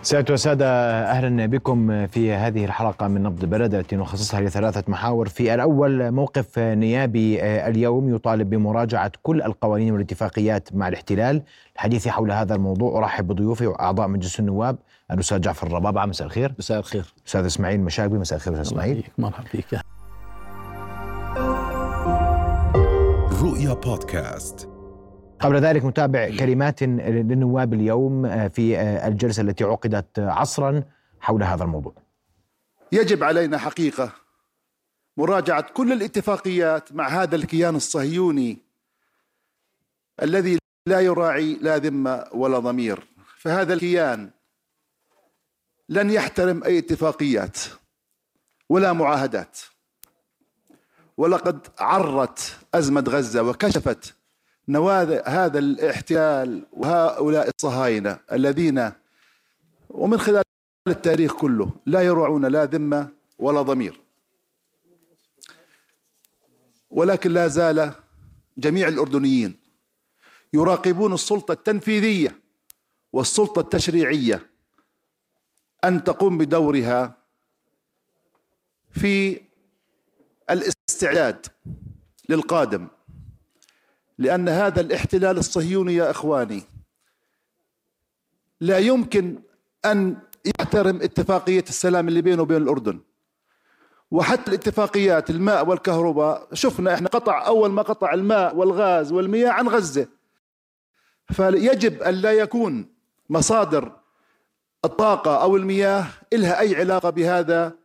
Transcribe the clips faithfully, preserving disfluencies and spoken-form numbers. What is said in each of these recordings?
سادة وسادة، أهلا بكم في هذه الحلقة من نبض بلد التي نخصصها لثلاثة محاور. في الأول موقف نيابي اليوم يطالب بمراجعة كل القوانين والاتفاقيات مع الاحتلال. الحديث حول هذا الموضوع أرحب بضيوفي وأعضاء مجلس النواب الأستاذ جعفر الربابعة، مساء الخير. مساء الخير. أستاذ إسماعيل مشاقبي، مساء الخير أستاذ إسماعيل. مرحبا بك. رؤيا بودكاست. قبل ذلك نتابع كلمات للنواب اليوم في الجلسة التي عقدت عصرا حول هذا الموضوع. يجب علينا حقيقة مراجعة كل الاتفاقيات مع هذا الكيان الصهيوني الذي لا يراعي لا ذمة ولا ضمير. فهذا الكيان لن يحترم أي اتفاقيات ولا معاهدات، ولقد عرت أزمة غزة وكشفت نواة هذا الاحتلال وهؤلاء الصهاينة الذين ومن خلال التاريخ كله لا يراعون لا ذمة ولا ضمير. ولكن لا زال جميع الأردنيين يراقبون السلطة التنفيذية والسلطة التشريعية أن تقوم بدورها في الاستعداد للقادم، لأن هذا الاحتلال الصهيوني يا إخواني لا يمكن أن يحترم اتفاقية السلام اللي بينه وبين الأردن، وحتى الاتفاقيات الماء والكهرباء شفنا إحنا قطع أول ما قطع الماء والغاز والمياه عن غزة. فيجب أن لا يكون مصادر الطاقة أو المياه إلها أي علاقة بهذا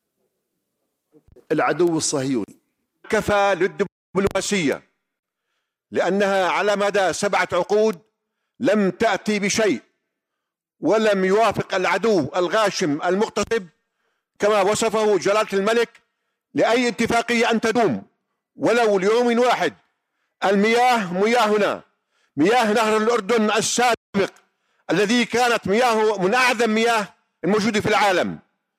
العدو الصهيوني. كفى للدبلوماسية، لأنها على مدى سبعة عقود لم تأتي بشيء، ولم يوافق العدو الغاشم المغتصب كما وصفه جلالة الملك لأي اتفاقية أن تدوم ولو ليوم واحد. المياه مياهنا، مياه نهر الأردن السابق الذي كانت مياهه من أعظم مياه الموجودة في العالم،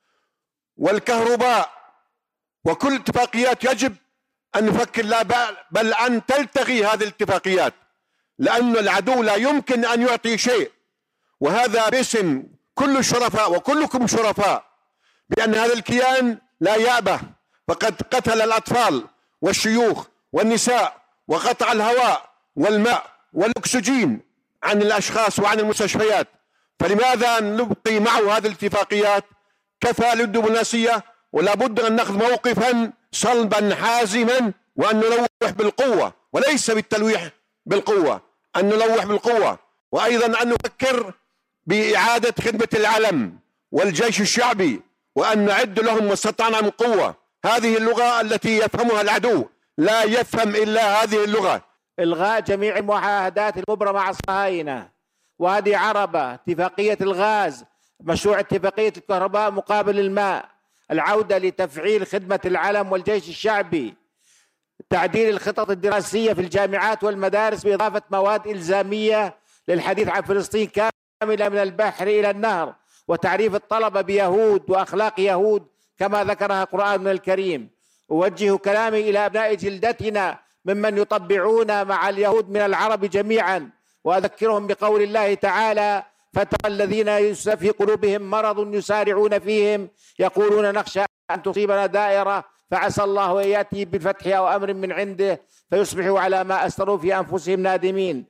والكهرباء وكل اتفاقيات يجب أن نفكر لا بل أن تلتغي هذه الاتفاقيات، لأن العدو لا يمكن أن يعطي شيء. وهذا باسم كل الشرفاء وكلكم شرفاء بأن هذا الكيان لا يأبه، فقد قتل الأطفال والشيوخ والنساء وقطع الهواء والماء والأكسجين عن الأشخاص وعن المستشفيات. فلماذا نبقي معه هذه الاتفاقيات؟ كفى للدبلوماسية، ولا بد أن نأخذ موقفا صلبا حازما، وأن نلوح بالقوة وليس بالتلويح بالقوة، أن نلوح بالقوة. وأيضا أن نفكر بإعادة خدمة العلم والجيش الشعبي، وأن نعد لهم ما استطعنا من قوة. هذه اللغة التي يفهمها العدو، لا يفهم إلا هذه اللغة. إلغاء جميع المعاهدات المبرمة مع الصهاينة، وهذه عربة، اتفاقية الغاز، مشروع اتفاقية الكهرباء مقابل الماء، العودة لتفعيل خدمة العلم والجيش الشعبي، تعديل الخطط الدراسية في الجامعات والمدارس بإضافة مواد إلزامية للحديث عن فلسطين كاملة من البحر إلى النهر، وتعريف الطلبة بيهود وأخلاق يهود كما ذكرها القرآن الكريم. أوجه كلامي إلى أبناء جلدتنا ممن يطبعون مع اليهود من العرب جميعا، وأذكرهم بقول الله تعالى: فترى الذين في قلوبهم مرض يسارعون فيهم يقولون نخشى أن تصيبنا دائرة فعسى الله أن يأتي بالفتح أو أمر من عنده فيصبحوا على ما أسروا في أنفسهم نادمين.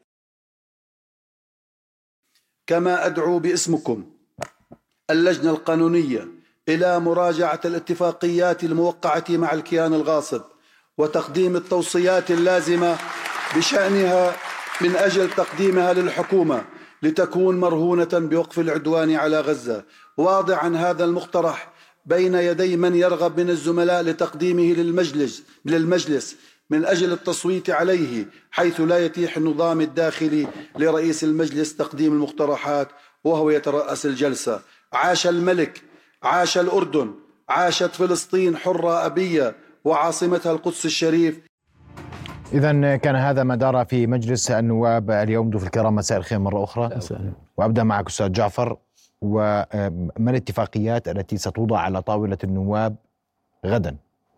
كما أدعو باسمكم اللجنة القانونية إلى مراجعة الاتفاقيات الموقعة مع الكيان الغاصب وتقديم التوصيات اللازمة بشأنها من أجل تقديمها للحكومة لتكون مرهونة بوقف العدوان على غزة، واضعا هذا المقترح بين يدي من يرغب من الزملاء لتقديمه للمجلس للمجلس من أجل التصويت عليه، حيث لا يتيح النظام الداخلي لرئيس المجلس تقديم المقترحات وهو يترأس الجلسة. عاش الملك، عاش الأردن، عاشت فلسطين حرة أبية وعاصمتها القدس الشريف. إذن كان هذا ما دار في مجلس النواب اليوم. ضيوف الكرام مساء الخير مرة أخرى، وأبدأ معك أستاذ جعفر. وما الاتفاقيات التي ستوضع على طاولة النواب غدا؟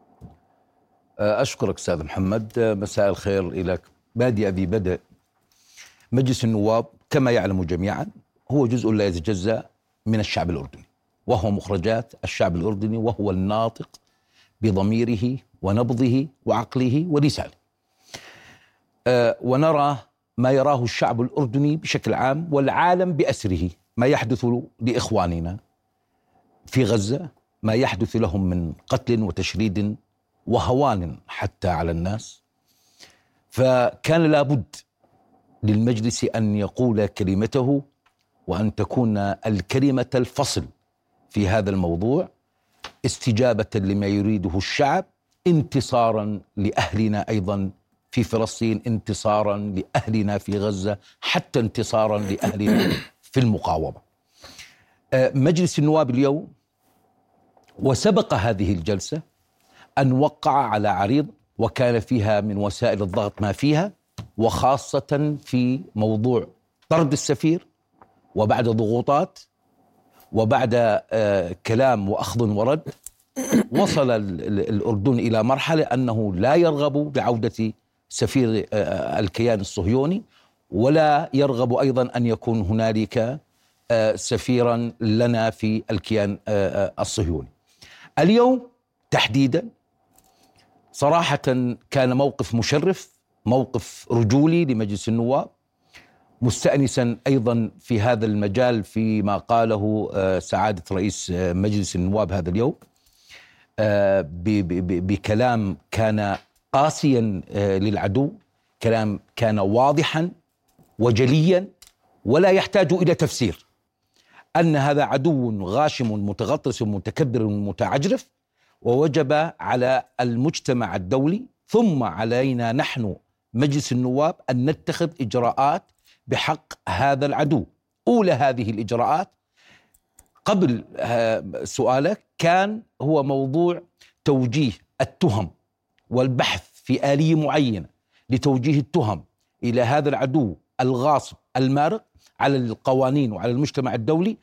أشكرك أستاذ محمد. مساء الخير إليك. بادئ ببدء، مجلس النواب كما يعلم جميعا هو جزء لا يتجزأ من الشعب الأردني، وهو مخرجات الشعب الأردني، وهو الناطق بضميره ونبضه وعقله ولسانه. أه ونرى ما يراه الشعب الأردني بشكل عام والعالم بأسره، ما يحدث لإخواننا في غزة، ما يحدث لهم من قتل وتشريد وهوان حتى على الناس. فكان لابد للمجلس أن يقول كلمته، وأن تكون الكلمة الفصل في هذا الموضوع، استجابة لما يريده الشعب، انتصارا لأهلنا أيضا في فلسطين، انتصارا لأهلنا في غزة، حتى انتصارا لأهلنا في المقاومة. مجلس النواب اليوم وسبق هذه الجلسة أن وقع على عريض وكان فيها من وسائل الضغط ما فيها، وخاصة في موضوع طرد السفير، وبعد ضغوطات وبعد آه كلام وأخذ ورد وصل الأردن إلى مرحلة أنه لا يرغب بعودة سفير آه الكيان الصهيوني، ولا يرغب أيضا أن يكون هنالك آه سفيرا لنا في الكيان آه الصهيوني. اليوم تحديدا صراحة كان موقف مشرف، موقف رجولي لمجلس النواب، مستأنسا أيضا في هذا المجال فيما قاله سعادة رئيس مجلس النواب هذا اليوم بكلام كان قاسيا للعدو، كلام كان واضحا وجليا ولا يحتاج إلى تفسير، أن هذا عدو غاشم متغطرس متكبر متعجرف، ووجب على المجتمع الدولي ثم علينا نحن مجلس النواب أن نتخذ إجراءات بحق هذا العدو. أولى هذه الإجراءات قبل سؤالك كان هو موضوع توجيه التهم والبحث في آلية معينة لتوجيه التهم إلى هذا العدو الغاصب المارق على القوانين وعلى المجتمع الدولي،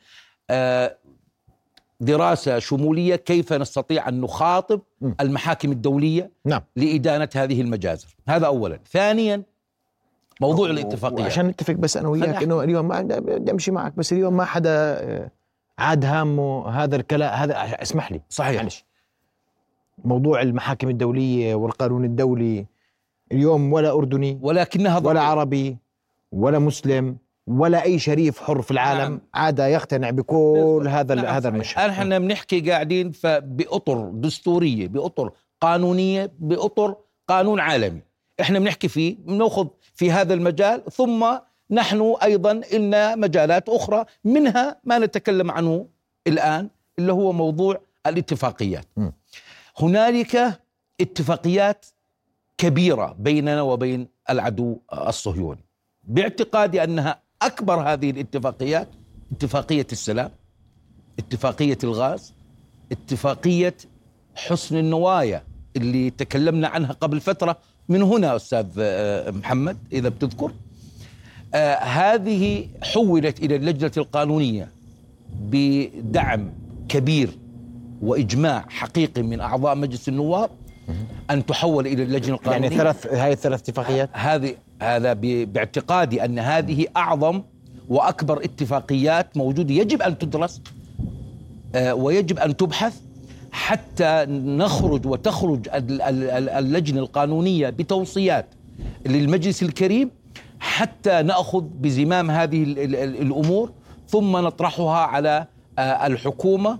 دراسة شمولية كيف نستطيع أن نخاطب المحاكم الدولية نعم. لإدانة هذه المجازر. هذا أولا. ثانيا موضوع الاتفاقية، عشان نتفق بس أنا وياك إنه اليوم ما بدي أمشي معك، بس اليوم ما حدا عاد هامه هذا الكلام هذا. اسمح لي صحيح معلش. موضوع المحاكم الدولية والقانون الدولي اليوم ولا أردني ولكنها ضروري. ولا عربي ولا مسلم ولا أي شريف حر في العالم نعم. عاد يقتنع بكل هذا نعم. هذا المشهد. احنا بنحكي قاعدين بأطر دستورية، بأطر قانونية، بأطر قانون عالمي احنا بنحكي فيه، بناخذ في هذا المجال، ثم نحن أيضا إن مجالات أخرى منها ما نتكلم عنه الآن اللي هو موضوع الاتفاقيات. م. هنالك اتفاقيات كبيرة بيننا وبين العدو الصهيوني، باعتقادي أنها أكبر هذه الاتفاقيات اتفاقية السلام، اتفاقية الغاز، اتفاقية حسن النوايا اللي تكلمنا عنها قبل فترة من هنا أستاذ محمد إذا بتذكر. آه هذه حولت إلى اللجنة القانونية بدعم كبير وإجماع حقيقي من أعضاء مجلس النواب أن تحول إلى اللجنة القانونية. يعني ثلاث هاي الثلاث اتفاقيات هذه هذا باعتقادي أن هذه أعظم وأكبر اتفاقيات موجودة، يجب أن تدرس آه ويجب أن تبحث حتى نخرج وتخرج اللجنة القانونية بتوصيات للمجلس الكريم حتى نأخذ بزمام هذه الأمور ثم نطرحها على الحكومة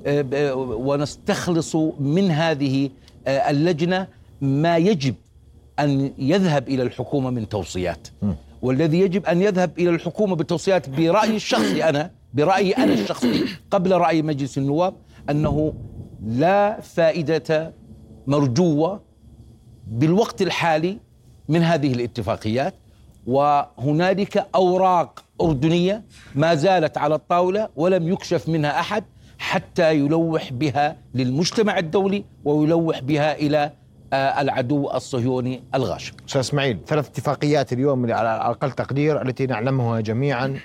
ونستخلص من هذه اللجنة ما يجب أن يذهب إلى الحكومة من توصيات، والذي يجب أن يذهب إلى الحكومة بالتوصيات برأيي الشخصي أنا برأيي أنا الشخصي قبل رأي مجلس النواب أنه لا فائدة مرجوة بالوقت الحالي من هذه الاتفاقيات، وهنالك أوراق أردنية ما زالت على الطاولة ولم يكشف منها أحد حتى يلوح بها للمجتمع الدولي ويلوح بها إلى العدو الصهيوني الغاشم. أستاذ إسماعيل، ثلاث اتفاقيات اليوم على أقل تقدير التي نعلمها جميعا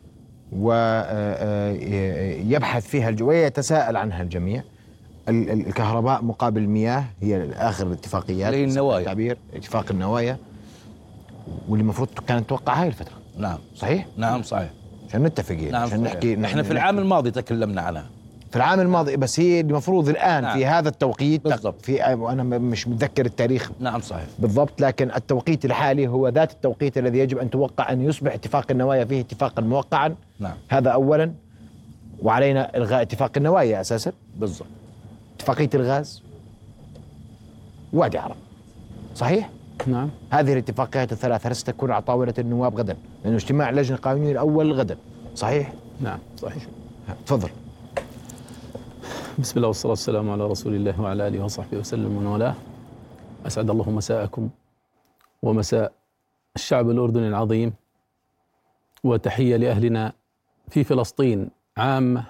ويبحث فيها الجو ويتساءل عنها الجميع. الكهرباء مقابل المياه هي آخر الاتفاقيات، النوايا، تعبير اتفاق النوايا، واللي المفروض كانت توقع هاي الفترة. نعم صحيح؟ نعم صحيح. عشان نتفق يعني. نعم عشان نحكي نحن في العام الماضي تكلمنا عنها في العام الماضي، بس هي المفروض الآن نعم. في هذا التوقيت بالضبط. في أنا مش متذكر التاريخ نعم صحيح بالضبط، لكن التوقيت الحالي هو ذات التوقيت الذي يجب أن توقع، أن يصبح اتفاق النوايا فيه اتفاقا موقعا. نعم. هذا أولا، وعلينا إلغاء اتفاق النوايا أساسا. بالضبط. اتفاقية الغاز، وادي عرب، صحيح؟ نعم. هذه الاتفاقيات الثلاثة ستكون على طاولة النواب غدا، لأنه اجتماع اللجنة القانونية الأول غدا، صحيح؟ نعم صحيح. تفضل. بسم الله والصلاة والسلام على رسول الله وعلى آله وصحبه وسلم ومن والاه. أسعد الله مساءكم ومساء الشعب الأردني العظيم، وتحية لأهلنا في فلسطين عامة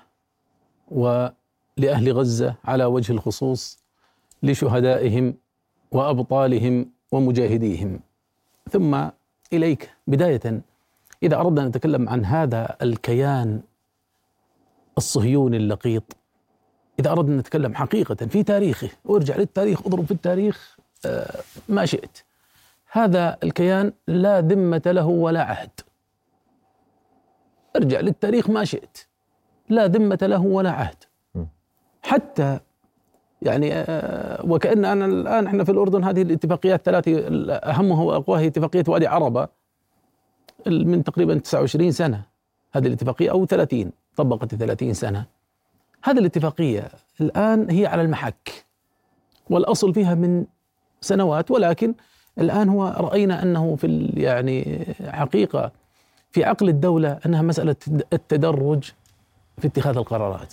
ولأهل غزة على وجه الخصوص، لشهدائهم وأبطالهم ومجاهديهم. ثم إليك بداية، إذا أردنا أن نتكلم عن هذا الكيان الصهيوني اللقيط، إذا أردنا أن نتكلم حقيقة في تاريخه، وارجع للتاريخ، اضرب في التاريخ ما شئت، هذا الكيان لا ذمة له ولا عهد. ارجع للتاريخ ما شئت، لا ذمة له ولا عهد. حتى يعني وكأن أنا الآن احنا في الأردن هذه الاتفاقيات ثلاثة أهمها وأقواها اتفاقية وادي عربة من تقريبا تسعة وعشرين سنة، هذه الاتفاقية أو ثلاثين، طبقت ثلاثين سنة. هذه الاتفاقية الآن هي على المحك، والأصل فيها من سنوات، ولكن الآن هو رأينا أنه في يعني حقيقة في عقل الدولة أنها مسألة التدرج في اتخاذ القرارات،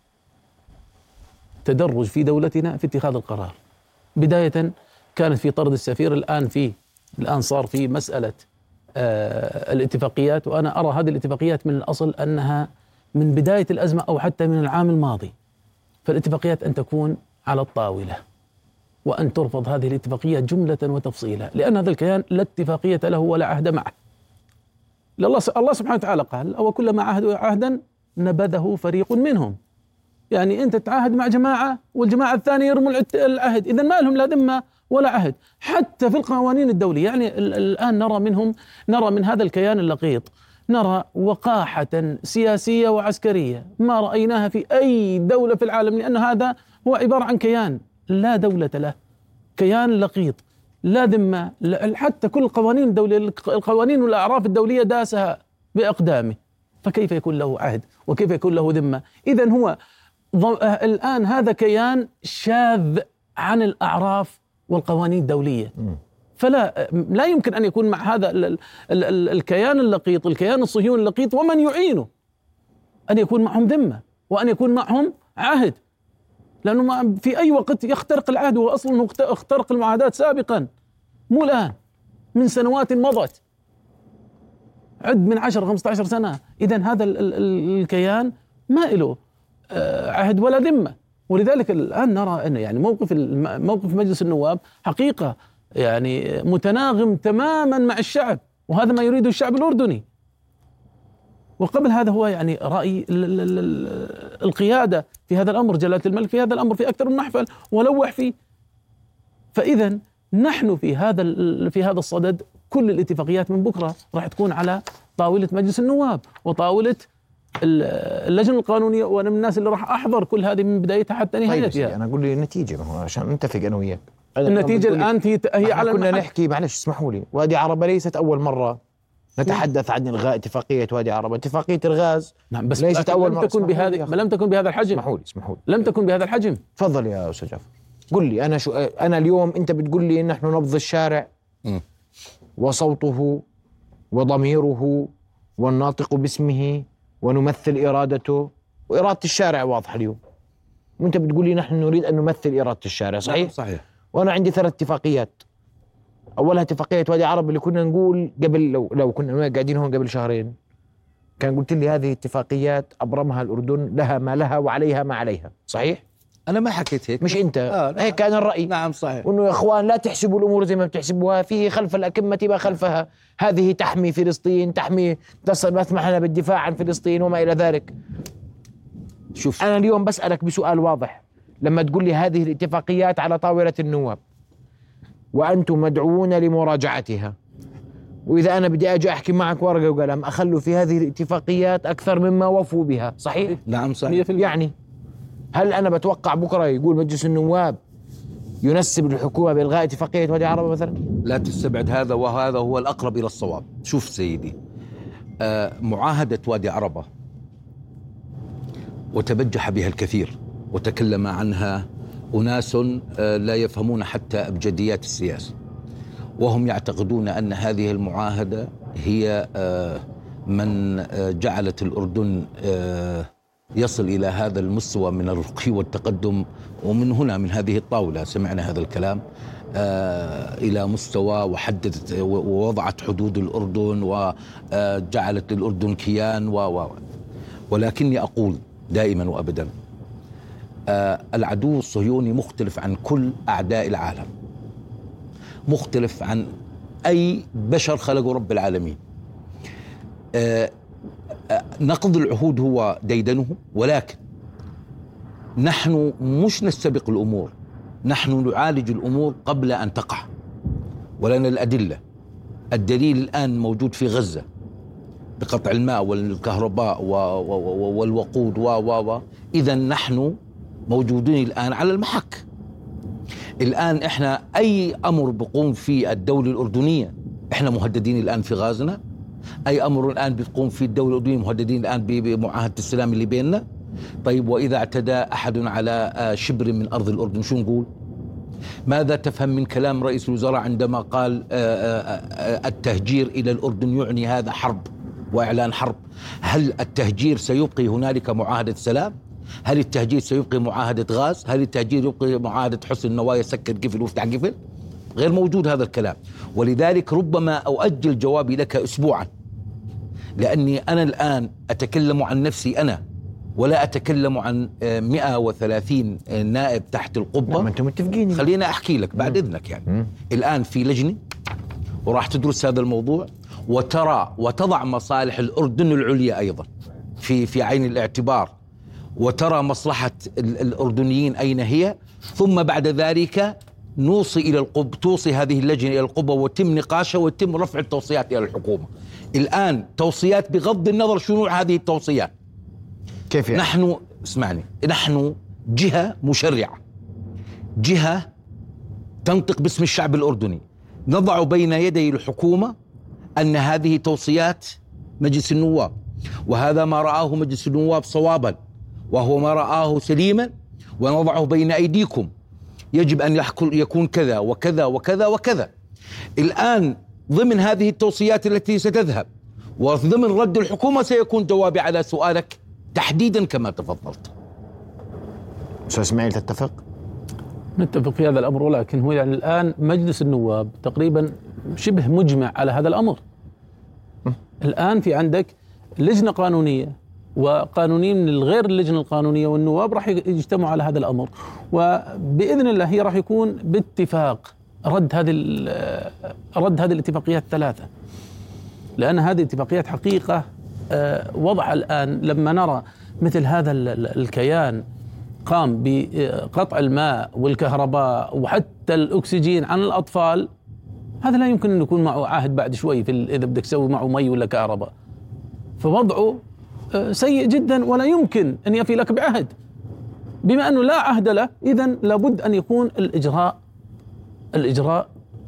تدرج في دولتنا في اتخاذ القرار. بداية كانت في طرد السفير، الآن في الآن صار في مسألة آه الاتفاقيات. وأنا أرى هذه الاتفاقيات من الأصل أنها من بداية الأزمة أو حتى من العام الماضي، فالاتفاقيات أن تكون على الطاولة وأن ترفض هذه الاتفاقيات جملة وتفصيلا، لأن هذا الكيان لا اتفاقية له ولا عهد معه. الله الله سبحانه وتعالى قال: أو كلما عاهدوا عهدا نبذه فريق منهم. يعني أنت تتعاهد مع جماعة والجماعة الثانية يرموا العهد، إذن ما لهم لا ذمة ولا عهد حتى في القوانين الدولية. يعني الآن نرى منهم، نرى من هذا الكيان اللقيط، نرى وقاحة سياسية وعسكرية ما رأيناها في أي دولة في العالم، لأن هذا هو عبارة عن كيان لا دولة له، كيان لقيط لا ذمة. حتى كل القوانين الدولية، القوانين والأعراف الدولية داسها بأقدامه، فكيف يكون له عهد وكيف يكون له ذمة؟ إذن هو الآن هذا كيان شاذ عن الأعراف والقوانين الدولية، فلا لا يمكن أن يكون مع هذا ال ال ال الكيان اللقيط، الكيان الصهيوني اللقيط ومن يعينه، أن يكون معهم ذمة وأن يكون معهم عهد، لأنه في أي وقت يخترق العهد. هو أصلا اخترق المعاهدات سابقا، مو الآن، من سنوات مضت، عد من عشر خمسة عشر سنة. إذن هذا ال ال الكيان ما له عهد ولا ذمة. ولذلك الآن نرى أن يعني موقف موقف مجلس النواب حقيقة يعني متناغم تماما مع الشعب، وهذا ما يريده الشعب الأردني. وقبل هذا هو يعني رأي القيادة في هذا الأمر، جلالة الملك في هذا الأمر في أكثر من محفل ولوح فيه. فإذا نحن في هذا في هذا الصدد، كل الاتفاقيات من بكرة راح تكون على طاولة مجلس النواب وطاولة اللجنة القانونية، وأنا من الناس اللي راح أحضر كل هذه من بدايتها حتى نهايتها. طيب أنا أقول لي النتيجة، ما هو عشان نتفق أنا وياك. النتيجة الآن هي, هي على كنا نحكي، معلش اسمحوا لي، وادي عربة ليست أول مرة نتحدث عن إلغاء اتفاقية وادي عربة. اتفاقية الغاز نعم، بس ليست أول مرة. لم تكن بهذه ما لم تكن بهذا الحجم. اسمحوا لي اسمحوا لي لم تكن بهذا الحجم. تفضل يا أستاذ جعفر، قل لي أنا شو أنا اليوم أنت بتقول لي نحن نبض الشارع م. وصوته وضميره والناطق باسمه ونمثل إرادته، وإرادة الشارع واضحة اليوم، وأنت بتقول لي نحن نريد أن نمثل إرادة الشارع، صحيح؟ صحيح. وأنا عندي ثلاث اتفاقيات. أولها اتفاقية وادي عرب اللي كنا نقول قبل، لو لو كنا قاعدين هون قبل شهرين كان قلت لي هذه اتفاقيات أبرمها الأردن، لها ما لها وعليها ما عليها، صحيح؟ أنا ما حكيت هيك، مش أنت. آه هيك كان الرأي. نعم صحيح. وإنه يا إخوان لا تحسبوا الأمور زي ما بتحسبوها، فيه خلف الأكمة ما خلفها، هذه تحمي فلسطين، تحمي تصل مسمح لنا بالدفاع عن فلسطين وما إلى ذلك. شوف أنا اليوم بسألك بسؤال واضح، لما تقول لي هذه الاتفاقيات على طاولة النواب وأنتم مدعوون لمراجعتها، وإذا أنا بدي أجي أحكي معك ورقة وقلم أخلوا في هذه الاتفاقيات أكثر مما وفوا بها، صحيح؟ نعم صحيح. يعني هل أنا بتوقع بكرة يقول مجلس النواب ينسب الحكومة بإلغاء اتفاقية وادي عربة مثلا؟ لا تستبعد هذا، وهذا هو الأقرب إلى الصواب. شوف سيدي، آه معاهدة وادي عربة وتبجح بها الكثير وتكلم عنها أناس آه لا يفهمون حتى أبجديات السياسة، وهم يعتقدون أن هذه المعاهدة هي آه من آه جعلت الأردن آه يصل إلى هذا المستوى من الرقي والتقدم. ومن هنا من هذه الطاولة سمعنا هذا الكلام آه إلى مستوى وحددت ووضعت حدود الأردن وجعلت الأردن كيان و و ولكني أقول دائما وأبدا آه العدو الصهيوني مختلف عن كل أعداء العالم، مختلف عن أي بشر خلقه رب العالمين. آه نقض العهود هو ديدنه، ولكن نحن مش نستبق الأمور، نحن نعالج الأمور قبل أن تقع، ولنا الأدلة. الدليل الآن موجود في غزة بقطع الماء والكهرباء والوقود و و و إذا نحن موجودين الآن على المحك. الآن إحنا أي أمر بقوم فيه الدولة الأردنية إحنا مهددين الآن في غازنا، أي أمر الآن بتقوم فيه الدولة الأردنية مهددين الآن بمعاهدة السلام اللي بيننا. طيب وإذا اعتدى أحد على شبر من أرض الأردن شو نقول؟ ماذا تفهم من كلام رئيس الوزراء عندما قال التهجير إلى الأردن يعني هذا حرب وإعلان حرب؟ هل التهجير سيبقي هنالك معاهدة سلام؟ هل التهجير سيبقي معاهدة غاز؟ هل التهجير يبقي معاهدة حسن النوايا سكر قفل وافتح قفل؟ غير موجود هذا الكلام. ولذلك ربما أؤجل جوابي لك أسبوعا، لأني أنا الآن أتكلم عن نفسي أنا ولا أتكلم عن مئة وثلاثين نائب تحت القبة. ما أنتم متفقين. خلينا أحكي لك بعد إذنك. يعني مم. الآن في لجنة وراح تدرس هذا الموضوع وترى وتضع مصالح الأردن العليا أيضا في في عين الاعتبار، وترى مصلحة الأردنيين أين هي، ثم بعد ذلك نوصي إلى القب توصي هذه اللجنة إلى القبة وتم نقاشها وتم رفع التوصيات إلى الحكومة. الآن توصيات بغض النظر شو نوع هذه التوصيات. كيف يعني؟ نحن اسمعني، نحن جهة مشرعة، جهة تنطق باسم الشعب الأردني، نضع بين يدي الحكومة أن هذه توصيات مجلس النواب، وهذا ما رآه مجلس النواب صوابا وهو ما رآه سليما، ونضعه بين أيديكم. يجب أن يكون كذا وكذا وكذا وكذا. الآن ضمن هذه التوصيات التي ستذهب وضمن رد الحكومة سيكون جوابي على سؤالك تحديدا كما تفضلت. أستاذ إسماعيل تتفق؟ نتفق في هذا الأمر، ولكن هو يعني الآن مجلس النواب تقريبا شبه مجمع على هذا الأمر. م. الآن في عندك لجنة قانونية وقانونيين من الغير اللجنة القانونية والنواب راح يجتمعوا على هذا الأمر، وبإذن الله هي راح يكون باتفاق رد هذه رد هذه الاتفاقيات الثلاثة، لأن هذه الاتفاقيات حقيقة وضع الآن لما نرى مثل هذا الكيان قام بقطع الماء والكهرباء وحتى الأكسجين عن الأطفال، هذا لا يمكن أن يكون معه عهد بعد شوي في إذا بدك تسوي معه مي ولا كهرباء، فوضعه سيء جدا ولا يمكن أن يفي لك بعهد. بما أنه لا عهد له إذن لابد أن يكون الإجراء الإجراء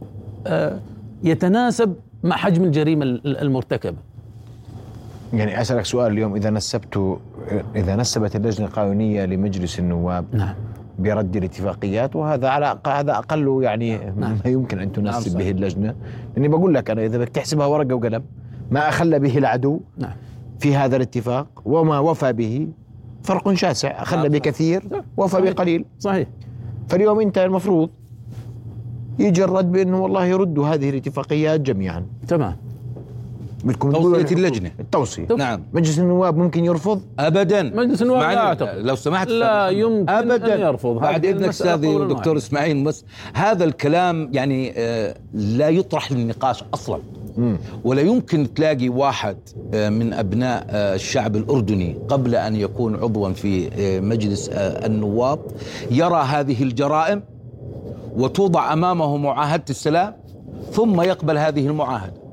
يتناسب مع حجم الجريمة المرتكبة. يعني أسألك سؤال اليوم، إذا نسبت إذا نسبت اللجنة القانونية لمجلس النواب نعم. برد الاتفاقيات، وهذا على هذا أقل يعني نعم. ما يمكن أن تنسب نعم به اللجنة، لأني بقول لك أنا إذا بدك تحسبها ورقة وقلم ما أخل به العدو نعم. في هذا الاتفاق وما وفى به فرق شاسع، أخل نعم. بكثير وفى صحيح. بقليل صحيح. فاليوم أنت المفروض يجي الرد بأنه والله يردوا هذه الاتفاقيات جميعا. تمام. توصية اللجنة التوصية نعم. مجلس النواب ممكن يرفض؟ أبدا. مجلس النواب لا أعتقد لو سمحت لا يمكن أبدا أن يرفض. بعد إذنك أستاذي دكتور إسماعيل، بس هذا الكلام يعني آه لا يطرح للنقاش أصلا. مم. ولا يمكن تلاقي واحد آه من أبناء آه الشعب الأردني قبل أن يكون عضوا في آه مجلس آه النواب يرى هذه الجرائم وتوضع أمامه معاهدة السلام ثم يقبل هذه المعاهدة.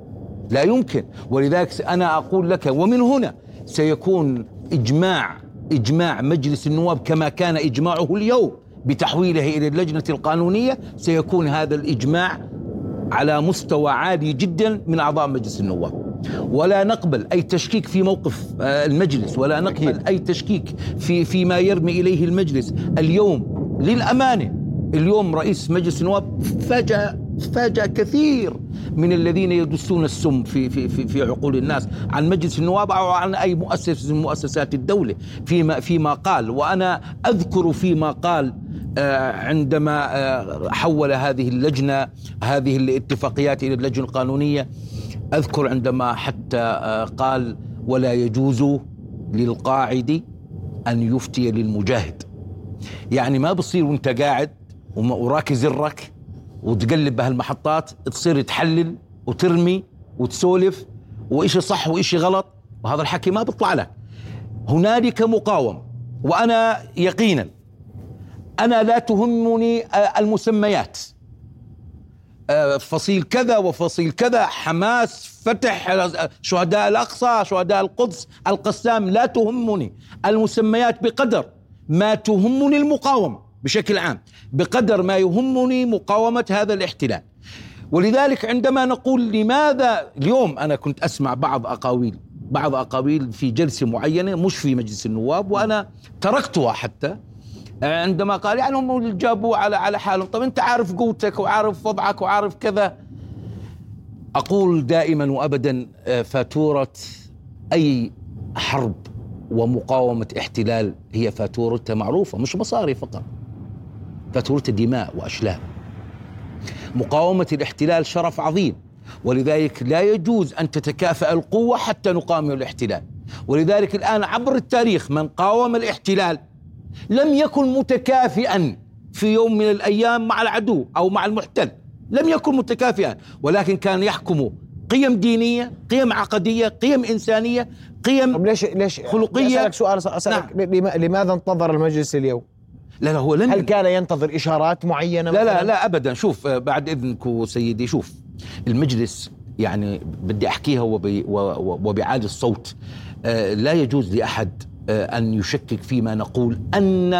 لا يمكن. ولذلك أنا أقول لك ومن هنا سيكون إجماع إجماع مجلس النواب كما كان إجماعه اليوم بتحويله إلى اللجنة القانونية، سيكون هذا الإجماع على مستوى عالي جدا من أعضاء مجلس النواب. ولا نقبل أي تشكيك في موقف المجلس، ولا نقبل أي تشكيك في فيما يرمي إليه المجلس. اليوم للأمانة اليوم رئيس مجلس النواب فاجأ فاجأ كثير من الذين يدسون السم في في في في عقول الناس عن مجلس النواب أو عن أي مؤسسة من مؤسسات الدولة فيما فيما قال. وأنا أذكر فيما قال عندما حول هذه اللجنة هذه الاتفاقيات إلى اللجنة القانونية، أذكر عندما حتى قال ولا يجوز للقاعد أن يفتي للمجاهد. يعني ما بصير وانت قاعد وراكي زرك وتقلب بهالمحطات تصير تحلل وترمي وتسولف وإشي صح وإشي غلط، وهذا الحكي ما بيطلع لك. هنالك مقاومة، وأنا يقينا أنا لا تهمني المسميات فصيل كذا وفصيل كذا، حماس، فتح، شهداء الأقصى، شهداء القدس، القسام، لا تهمني المسميات بقدر ما تهمني المقاومة بشكل عام، بقدر ما يهمني مقاومة هذا الاحتلال. ولذلك عندما نقول لماذا اليوم، أنا كنت أسمع بعض أقاويل بعض أقاويل في جلسة معينة مش في مجلس النواب، وأنا تركتها حتى عندما قال يعني هم جابوا على على حالهم. طب أنت عارف قوتك وعارف وضعك وعارف كذا. أقول دائما وأبدا فاتورة أي حرب ومقاومة احتلال هي فاتورتها معروفة، مش مصاري فقط، فاتورتها دماء وأشلاء. مقاومة الاحتلال شرف عظيم، ولذلك لا يجوز أن تتكافأ القوة حتى نقاوم الاحتلال. ولذلك الآن عبر التاريخ من قاوم الاحتلال لم يكن متكافئا في يوم من الأيام مع العدو أو مع المحتل، لم يكن متكافئا، ولكن كان يحكمه قيم دينية، قيم عقدية، قيم إنسانية، قيم طب ليش ليش خلقية. أسألك سؤال أسألك نعم. لماذا انتظر المجلس اليوم؟ لا لا هو لن هل كان ينتظر إشارات معينة؟ لا لا لا أبدا. شوف بعد إذنك سيدي، شوف المجلس يعني بدي أحكيها وبي وبعالي الصوت، لا يجوز لأحد أن يشكك فيما نقول أن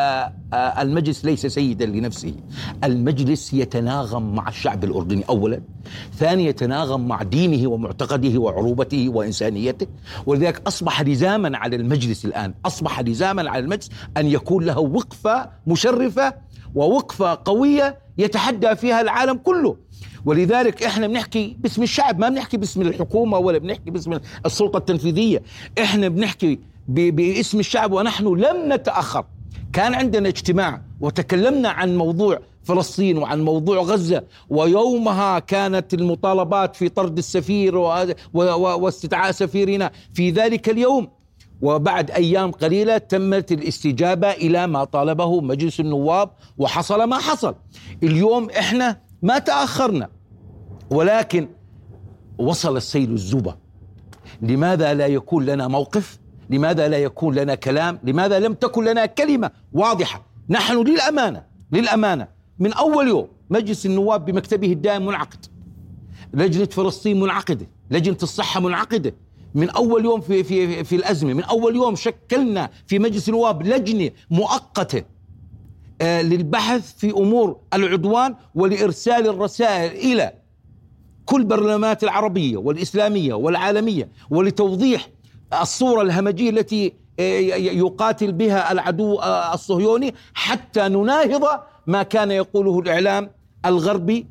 المجلس ليس سيدا لنفسه. المجلس يتناغم مع الشعب الأردني أولا، ثانيا يتناغم مع دينه ومعتقده وعروبته وإنسانيته. ولذلك أصبح لزاما على المجلس الآن أصبح لزاما على المجلس أن يكون له وقفة مشرفة ووقفة قوية يتحدى فيها العالم كله. ولذلك احنا بنحكي باسم الشعب، ما بنحكي باسم الحكومة ولا بنحكي باسم السلطة التنفيذية، احنا بنحكي باسم الشعب. ونحن لم نتأخر، كان عندنا اجتماع وتكلمنا عن موضوع فلسطين وعن موضوع غزة، ويومها كانت المطالبات في طرد السفير واستدعاء سفيرنا في ذلك اليوم، وبعد أيام قليلة تمت الاستجابة إلى ما طالبه مجلس النواب وحصل ما حصل. اليوم احنا ما تأخرنا، ولكن وصل السيل الزبا. لماذا لا يكون لنا موقف؟ لماذا لا يكون لنا كلام؟ لماذا لم تكن لنا كلمة واضحة؟ نحن للأمانة للأمانة من أول يوم مجلس النواب بمكتبه الدائم منعقد، لجنة فلسطين منعقدة، لجنة الصحة منعقدة، من أول يوم في في في الأزمة، من أول يوم شكلنا في مجلس النواب لجنة مؤقتة آه للبحث في أمور العدوان ولإرسال الرسائل إلى كل برلمانات العربية والإسلامية والعالمية ولتوضيح الصورة الهمجية التي يقاتل بها العدو الصهيوني، حتى نناهض ما كان يقوله الإعلام الغربي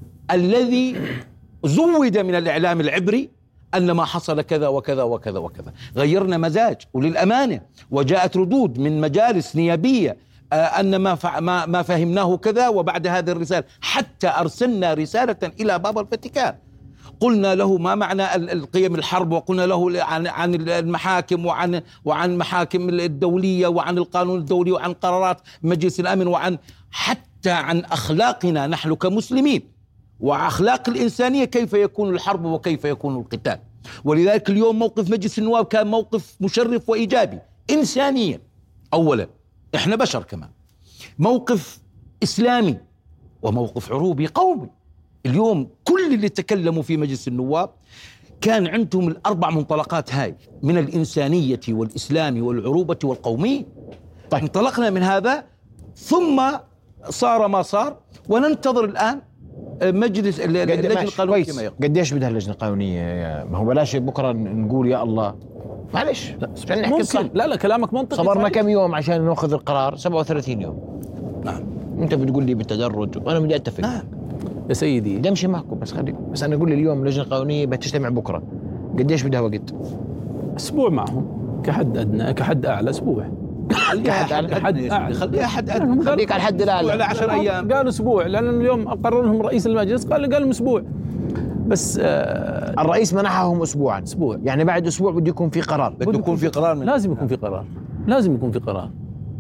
الذي زود من الإعلام العبري أن ما حصل كذا وكذا وكذا وكذا. غيرنا مزاج وللأمانة، وجاءت ردود من مجالس نيابية أن ما ما فهمناه كذا، وبعد هذه الرسالة حتى أرسلنا رسالة إلى بابا الفاتيكان قلنا له ما معنى القيم الحرب، وقلنا له عن عن المحاكم وعن وعن محاكم الدولية وعن القانون الدولي وعن قرارات مجلس الأمن، وعن حتى عن أخلاقنا نحن كمسلمين وأخلاق الإنسانية، كيف يكون الحرب وكيف يكون القتال. ولذلك اليوم موقف مجلس النواب كان موقف مشرف وإيجابي إنسانيا أولا، إحنا بشر كمان، موقف إسلامي، وموقف عروبي قومي. اليوم كل اللي تكلموا في مجلس النواب كان عندهم الأربع منطلقات هاي من الإنسانية والإسلام والعروبة والقومية. طيب انطلقنا من هذا ثم صار ما صار، وننتظر الآن مجلس اللجنة القانونية كما يقول. قديش بدها اللجنة القانونية؟ ما هو بلاش بكرة نقول يا الله معلش عشان نحكي صح. لا لا كلامك منطقي. صبرنا كم يوم عشان ناخذ القرار؟ سبعة وثلاثين يوم. نعم. انت بتقول لي بالتدرج وانا بدي اتفق. نعم يا سيدي بدي امشي معكم، بس خلي بس انا اقول لي اليوم اللجنة القانونية بتجتمع بكرة، قديش بدها وقت؟ اسبوع معهم كحد ادنى، كحد اعلى اسبوع. كحد اعلى خليها حد ادنى، خليك على الحد الاعلى على عشر ايام. قالوا اسبوع لان اليوم قرر لهم رئيس المجلس قال قال لهم اسبوع بس. آه الرئيس منحهم اسبوعا، اسبوع يعني بعد اسبوع بده يكون في قرار. بده يكون في قرار من لازم يكون في قرار، لازم يكون في قرار.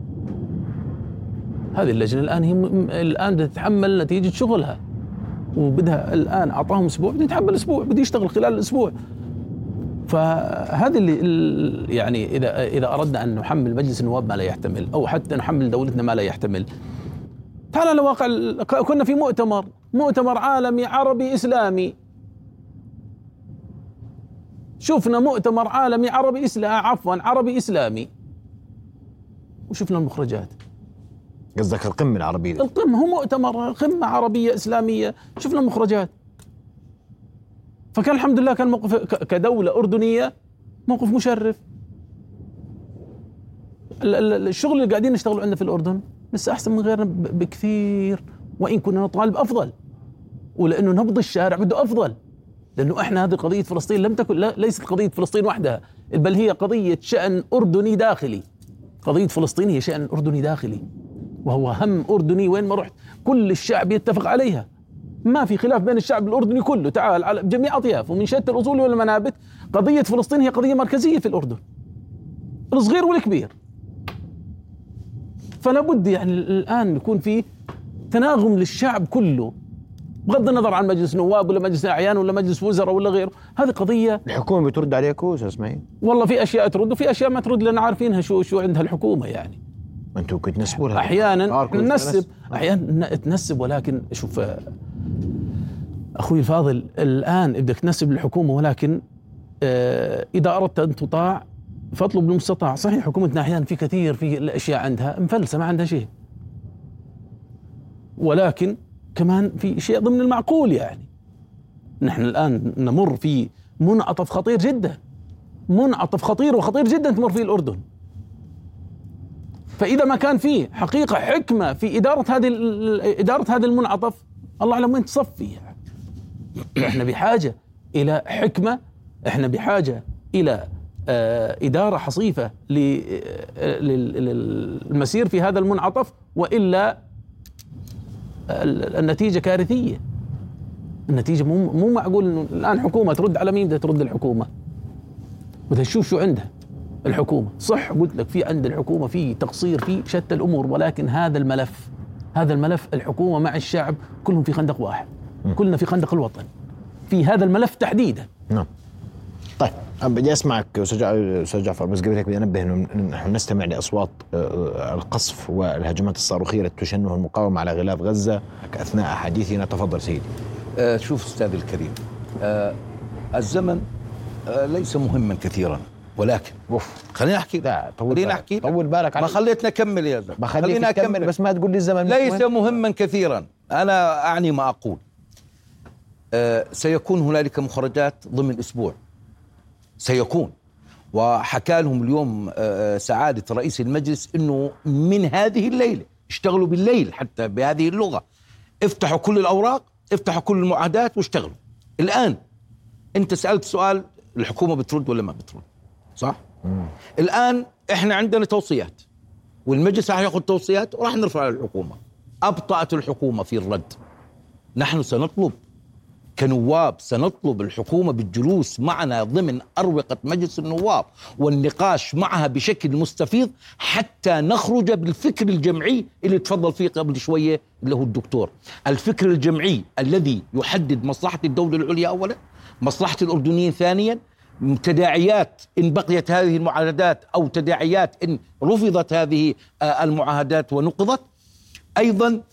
هذه اللجنه الان هي م... الان تتحمل نتيجه شغلها، وبدها الان اعطاهم اسبوع، بده يتحمل اسبوع، بده يشتغل خلال الاسبوع. فهذا اللي يعني اذا اذا اردنا ان نحمل مجلس النواب ما لا يحتمل، او حتى نحمل دولتنا ما لا يحتمل. تعال على واقع، كنا في مؤتمر مؤتمر عالمي عربي اسلامي، شفنا مؤتمر عالمي عربي اسلامي عفوا عربي اسلامي وشفنا المخرجات. قصدك القمة العربية؟ القمة، هو مؤتمر قمة عربية إسلامية، شفنا المخرجات. فكان الحمد لله كان موقف كدولة أردنية موقف مشرف. الشغل اللي قاعدين نشتغلوا عندنا في الأردن لسه أحسن من غيرنا بكثير، وإن كنا نطالب أفضل، ولأنه نبض الشارع بده أفضل، لأنه إحنا هذه قضية فلسطين لم تكن لا ليست قضية فلسطين وحدها، بل هي قضية شأن أردني داخلي. قضية فلسطين هي شأن أردني داخلي، وهو هم أردني وين ما رحت كل الشعب يتفق عليها، ما في خلاف بين الشعب الأردني كله، تعال على جميع أطيافه ومن شتى الأصول والمنابت. قضية فلسطين هي قضية مركزية في الأردن، الصغير والكبير. فلا بد يعني الآن يكون في تناغم للشعب كله، بغض النظر عن مجلس نواب ولا مجلس أعيان ولا مجلس وزراء ولا غيره. هذه قضية الحكومة بترد عليكم أستاذ اسماعيل؟ والله في أشياء ترد وفي أشياء ما ترد، لأن عارفينها شو شو عندها الحكومة. يعني أنتوا كنت تنسبوا لها أحيانا ننسب، أحيانا تنسب، ولكن شوف أخوي الفاضل، الآن بدك تنسب للحكومة، ولكن آه إذا أردت أن تطاع فاطلب المستطاع. صحيح حكومتنا أحيانا في كثير في الأشياء عندها مفلسة ما عندها شيء، ولكن كمان في شيء ضمن المعقول. يعني نحن الآن نمر في منعطف خطير جدا، منعطف خطير وخطير جدا تمر فيه الأردن. فإذا ما كان فيه حقيقة حكمة في إدارة هذه إدارة هذا المنعطف، الله أعلم وين تصفي. يعني إحنا بحاجة إلى حكمة، إحنا بحاجة إلى إدارة حصيفة للمسير في هذا المنعطف، وإلا النتيجة كارثية. النتيجة مو مو معقول إنه الآن حكومة ترد على مين؟ بدها ترد الحكومة، بدها تشوف شو عندها الحكومة. صح قلت لك في عند الحكومة في تقصير في شتى الأمور، ولكن هذا الملف هذا الملف الحكومة مع الشعب كلهم في خندق واحد، كلنا في خندق الوطن في هذا الملف تحديدا. نعم. طيب بدي اسمعك استاذ جعفر، بس قبل هيك بدي انبه انه نحن نستمع لاصوات القصف والهجمات الصاروخيه التي تشنها المقاومه على غلاف غزه اثناء حديثنا. تفضل سيدي. آه شوف استاذ الكريم، آه الزمن آه ليس مهما كثيرا، ولكن اوف خليني احكي. لا طول خليني بالك. احكي طول بالك ما خليتنا اكمل يا زلمه. خليني اكمل بس ما تقول لي الزمن ليس مهما كثيرا. انا اعني ما اقول. آه سيكون هنالك مخرجات ضمن اسبوع، سيكون. وحكى لهم اليوم آه سعاده رئيس المجلس انه من هذه الليله اشتغلوا بالليل حتى بهذه اللغه، افتحوا كل الاوراق، افتحوا كل المعاهدات واشتغلوا. الان انت سالت سؤال الحكومه بترد ولا ما بترد، صح؟ مم. الان احنا عندنا توصيات والمجلس راح ياخذ توصيات وراح نرفع للحكومه. ابطأت الحكومه في الرد. نحن سنطلب كنواب، سنطلب الحكومه بالجلوس معنا ضمن اروقه مجلس النواب والنقاش معها بشكل مستفيض حتى نخرج بالفكر الجمعي اللي تفضل فيه قبل شويه اللي هو الدكتور. الفكر الجمعي الذي يحدد مصلحه الدوله العليا اولا، مصلحه الاردنيين ثانيا، تداعيات إن بقيت هذه المعاهدات أو تداعيات إن رفضت هذه المعاهدات ونقضت، أيضا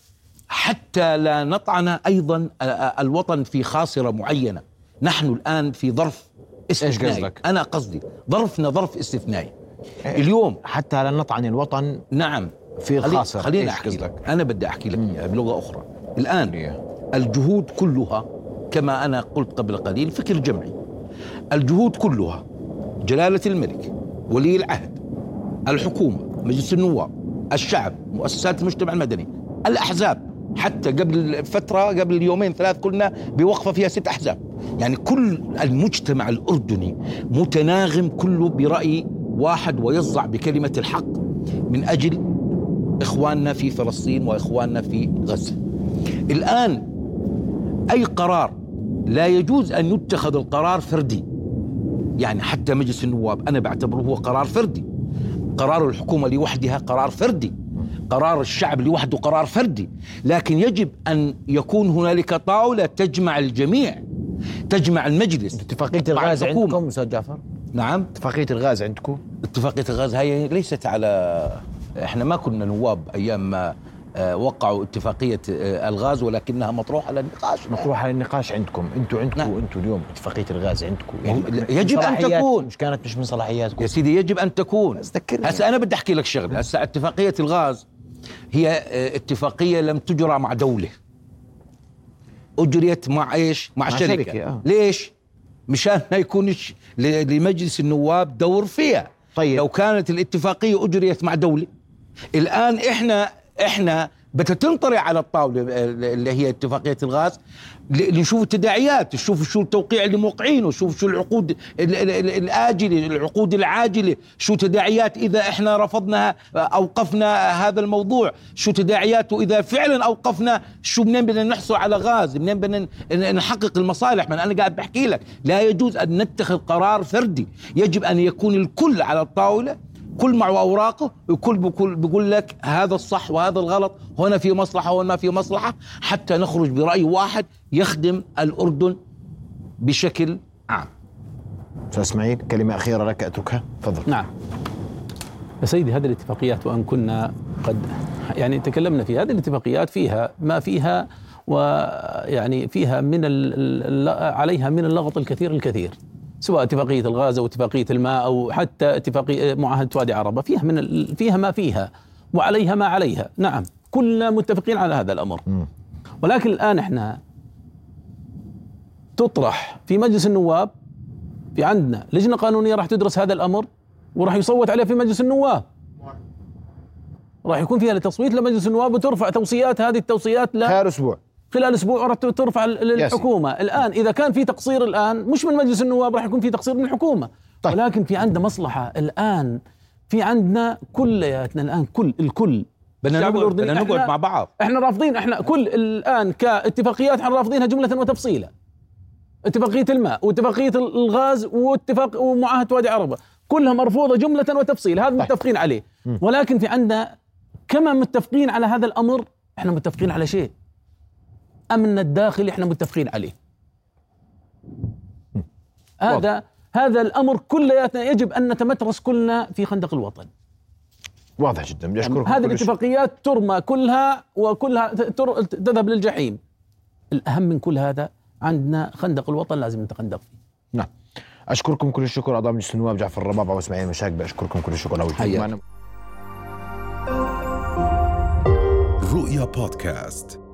حتى لا نطعن أيضا الوطن في خاصرة معينة. نحن الآن في ظرف استثنائي. إيش قصدك؟ أنا قصدي ظرفنا ظرف استثنائي اليوم حتى لا نطعن الوطن. نعم في الخاصرة. خليني أحكي لك. أنا بدي أحكي لك بلغة أخرى. الآن الجهود كلها كما أنا قلت قبل قليل فكر جمعي. الجهود كلها جلالة الملك، ولي العهد، الحكومة، مجلس النواب، الشعب، مؤسسات المجتمع المدني، الأحزاب. حتى قبل فترة قبل يومين ثلاث كنا بوقفة فيها ست أحزاب. يعني كل المجتمع الأردني متناغم كله برأي واحد ويصدع بكلمة الحق من أجل إخواننا في فلسطين وإخواننا في غزة. الآن أي قرار لا يجوز أن يتخذ القرار فردي. يعني حتى مجلس النواب أنا بعتبره هو قرار فردي. قرار الحكومة لوحدها قرار فردي، قرار الشعب لوحده قرار فردي. لكن يجب أن يكون هنالك طاولة تجمع الجميع، تجمع المجلس. اتفاقية الغاز عندكم أستاذ جعفر؟ نعم. اتفاقية الغاز عندكم؟ اتفاقية الغاز هي ليست على، احنا ما كنا نواب أيام ما وقعوا اتفاقية الغاز، ولكنها مطروحة للنقاش. مطروحة للنقاش عندكم. انتوا عندكم نعم. انتوا اليوم اتفاقية الغاز عندكم يعني يجب أن تكون. مش كانت مش من صلاحياتكم يا سيدي، يجب أن تكون. هسه أنا بدي أحكي لك شغلة. هسه اتفاقية الغاز هي اتفاقية لم تجرى مع دولة، أجريت مع إيش؟ مع, مع شركة, شركة. آه. ليش؟ مشان ما يكونش لمجلس النواب دور فيها. طيب. لو كانت الاتفاقية أجريت مع دولة، الآن إحنا إحنا بدها تنطرح على الطاولة اللي هي اتفاقية الغاز لنشوف التداعيات، نشوف شو التوقيع اللي موقعينه، نشوف شو العقود الآجلة، العقود العاجلة، شو تداعيات إذا إحنا رفضنا أوقفنا هذا الموضوع، شو تداعياته إذا فعلا أوقفنا، شو منين بدنا نحصل على غاز، منين بدنا نحقق المصالح. من أنا قاعد بحكي لك لا يجوز أن نتخذ قرار فردي، يجب أن يكون الكل على الطاولة، كل معه أوراقه، وكل بكل بيقول لك هذا الصح وهذا الغلط، هنا في مصلحة وهنا ما في مصلحة، حتى نخرج برأي واحد يخدم الأردن بشكل عام. أستاذ إسماعيل، كلمة أخيرة لك أتركها، تفضل. نعم يا سيدي، هذه الاتفاقيات وأن كنا قد يعني تكلمنا في هذه الاتفاقيات فيها ما فيها، ويعني فيها من عليها من اللغط الكثير الكثير، سواء اتفاقية الغاز أو اتفاقية الماء أو حتى اتفاقية معاهدة وادي عربة، فيها من فيها ما فيها وعليها ما عليها. نعم كلنا متفقين على هذا الأمر. م. ولكن الآن احنا تطرح في مجلس النواب، في عندنا لجنة قانونية راح تدرس هذا الأمر وراح يصوت عليه في مجلس النواب، راح يكون فيها لتصويت لمجلس النواب وترفع توصيات. هذه التوصيات لا خلال أسبوع خلال أسبوع راح ترفع للحكومة. الآن إذا كان في تقصير الآن مش من مجلس النواب، راح يكون في تقصير من الحكومة. طيب. ولكن في عندنا مصلحة الآن، في عندنا كلياتنا الآن كل الكل بدنا نقعد بدنا نقعد مع بعض. احنا رافضين، احنا كل الآن كاتفاقيات احنا رافضينها جملة وتفصيلا. اتفاقية الماء واتفاقية الغاز واتفاق ومعاهدة وادي عربة كلها مرفوضة جملة وتفصيلا، هذا طيب. متفقين عليه. م. ولكن في عندنا كما متفقين على هذا الأمر، احنا متفقين على شيء أمن الداخلي، احنا متفقين عليه. هذا هذا الأمر كلياتنا يجب أن نتمترس كلنا في خندق الوطن. واضح جدا. بدي أشكركم. هذه الاتفاقيات ترمى كلها وكلها تذهب للجحيم. الأهم من كل هذا عندنا خندق الوطن لازم نتخندق فيه. نعم. أشكركم كل الشكر أعضاء مجلس النواب جعفر الربابة وإسماعيل مشاك. بأشكركم كل الشكر. رؤيا بودكاست.